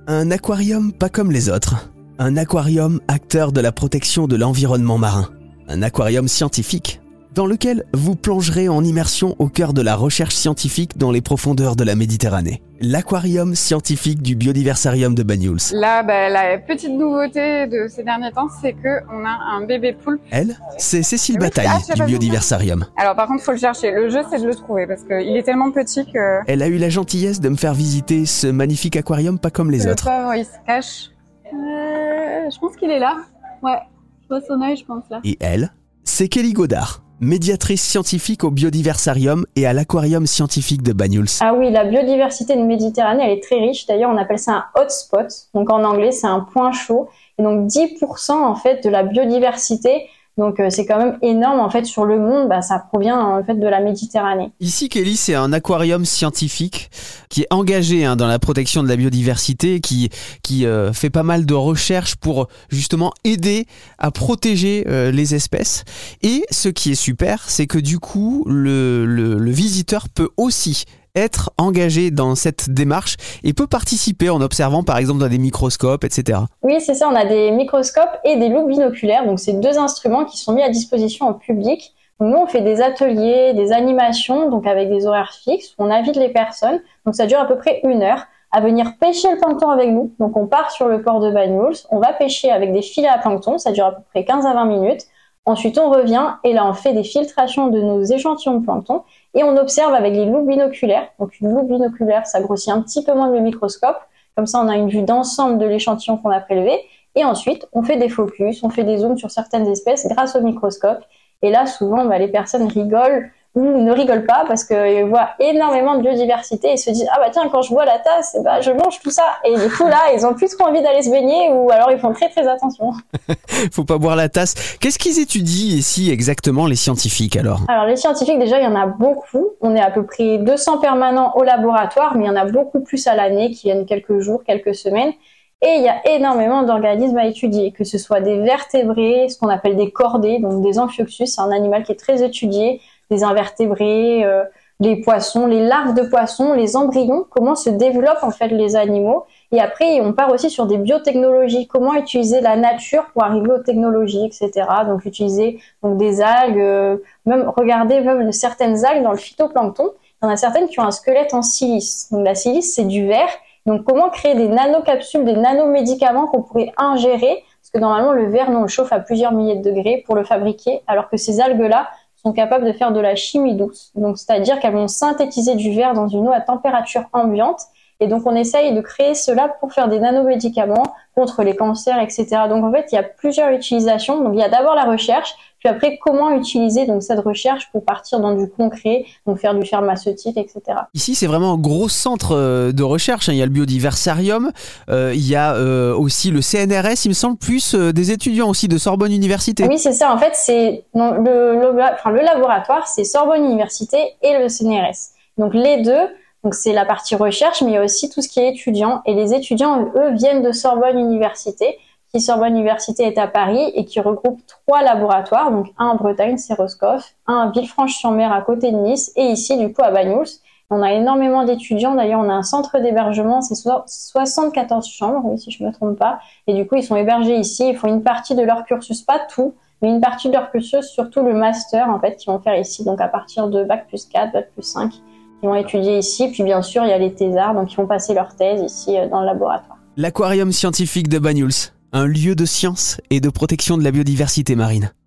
Un aquarium pas comme les autres. Un aquarium acteur de la protection de l'environnement marin. Un aquarium scientifique dans lequel vous plongerez en immersion au cœur de la recherche scientifique dans les profondeurs de la Méditerranée. L'aquarium scientifique du Biodiversarium de Banyuls. Là, la petite nouveauté de ces derniers temps, c'est qu'on a un bébé poulpe. Elle, c'est Cécile Bataille du Biodiversarium. Alors par contre, il faut le chercher. Le jeu, c'est de le trouver parce qu'il est tellement petit que... Elle a eu la gentillesse de me faire visiter ce magnifique aquarium pas comme les autres. Le pauvre, il se cache. Je pense qu'il est là. Ouais, je vois son œil, je pense là. Et elle, c'est Kelly Godard, médiatrice scientifique au Biodiversarium et à l'Aquarium scientifique de Banyuls. Ah oui, la biodiversité de Méditerranée, elle est très riche. D'ailleurs, on appelle ça un hotspot. Donc en anglais, c'est un point chaud. Et donc 10% en fait de la biodiversité. Donc c'est quand même énorme en fait sur le monde, ça provient en fait de la Méditerranée. Ici Kelly, c'est un aquarium scientifique qui est engagé dans la protection de la biodiversité, qui fait pas mal de recherches pour justement aider à protéger les espèces. Et ce qui est super, c'est que du coup le visiteur peut aussi être engagé dans cette démarche et peut participer en observant par exemple dans des microscopes, etc. Oui, c'est ça, on a des microscopes et des loupes binoculaires, donc c'est 2 instruments qui sont mis à disposition en public. Donc nous, on fait des ateliers, des animations, donc avec des horaires fixes, on invite les personnes, donc ça dure à peu près 1 heure, à venir pêcher le plancton avec nous. Donc on part sur le port de Banyuls, on va pêcher avec des filets à plancton, ça dure à peu près 15 à 20 minutes. Ensuite, on revient et là, on fait des filtrations de nos échantillons de plancton et on observe avec les loupes binoculaires. Donc, une loupe binoculaire, ça grossit un petit peu moins que le microscope. Comme ça, on a une vue d'ensemble de l'échantillon qu'on a prélevé. Et ensuite, on fait des focus, on fait des zooms sur certaines espèces grâce au microscope. Et là, souvent, les personnes rigolent ou ne rigolent pas parce qu'ils voient énormément de biodiversité et se disent « Ah tiens, quand je bois la tasse, je mange tout ça ». Et du coup, là, ils ont plus trop envie d'aller se baigner ou alors ils font très très attention. Faut pas boire la tasse. Qu'est-ce qu'ils étudient ici exactement, les scientifiques alors ? Alors les scientifiques, déjà, il y en a beaucoup. On est à peu près 200 permanents au laboratoire, mais il y en a beaucoup plus à l'année qui viennent quelques jours, quelques semaines. Et il y a énormément d'organismes à étudier, que ce soit des vertébrés, ce qu'on appelle des chordés, donc des amphioxus, c'est un animal qui est très étudié, des invertébrés, les poissons, les larves de poissons, les embryons, comment se développent en fait les animaux. Et après, on part aussi sur des biotechnologies, comment utiliser la nature pour arriver aux technologies, etc. Donc utiliser des algues, même certaines algues dans le phytoplancton. Il y en a certaines qui ont un squelette en silice. Donc la silice, c'est du verre. Donc comment créer des nanocapsules, des nanomédicaments qu'on pourrait ingérer, parce que normalement le verre, on le chauffe à plusieurs milliers de degrés pour le fabriquer, alors que ces algues-là sont capables de faire de la chimie douce. Donc c'est-à-dire qu'elles vont synthétiser du verre dans une eau à température ambiante. Et donc on essaye de créer cela pour faire des nanomédicaments contre les cancers, etc. Donc en fait, il y a plusieurs utilisations. Donc il y a d'abord la recherche, puis après comment utiliser cette recherche pour partir dans du concret, donc faire du pharmaceutique, etc. Ici, c'est vraiment un gros centre de recherche. Il y a le Biodiversarium, il y a aussi le CNRS, il me semble, plus des étudiants aussi de Sorbonne Université. Oui, c'est ça. En fait, le laboratoire, c'est Sorbonne Université et le CNRS. Donc les deux. Donc c'est la partie recherche, mais il y a aussi tout ce qui est étudiant. Et les étudiants, eux, viennent de Sorbonne Université, qui Sorbonne Université est à Paris et qui regroupe 3 laboratoires, donc un en Bretagne, c'est Roscoff, un à Villefranche-sur-Mer à côté de Nice, et ici du coup à Banyuls. On a énormément d'étudiants, d'ailleurs on a un centre d'hébergement, c'est 74 chambres, oui si je me trompe pas, et du coup ils sont hébergés ici, ils font une partie de leur cursus, pas tout, mais une partie de leur cursus, surtout le master en fait, qu'ils vont faire ici, donc à partir de Bac+4, Bac+5. Ils vont étudier ici, puis bien sûr, il y a les thésards, donc ils vont passer leur thèse ici dans le laboratoire. L'Aquarium scientifique de Banyuls, un lieu de science et de protection de la biodiversité marine.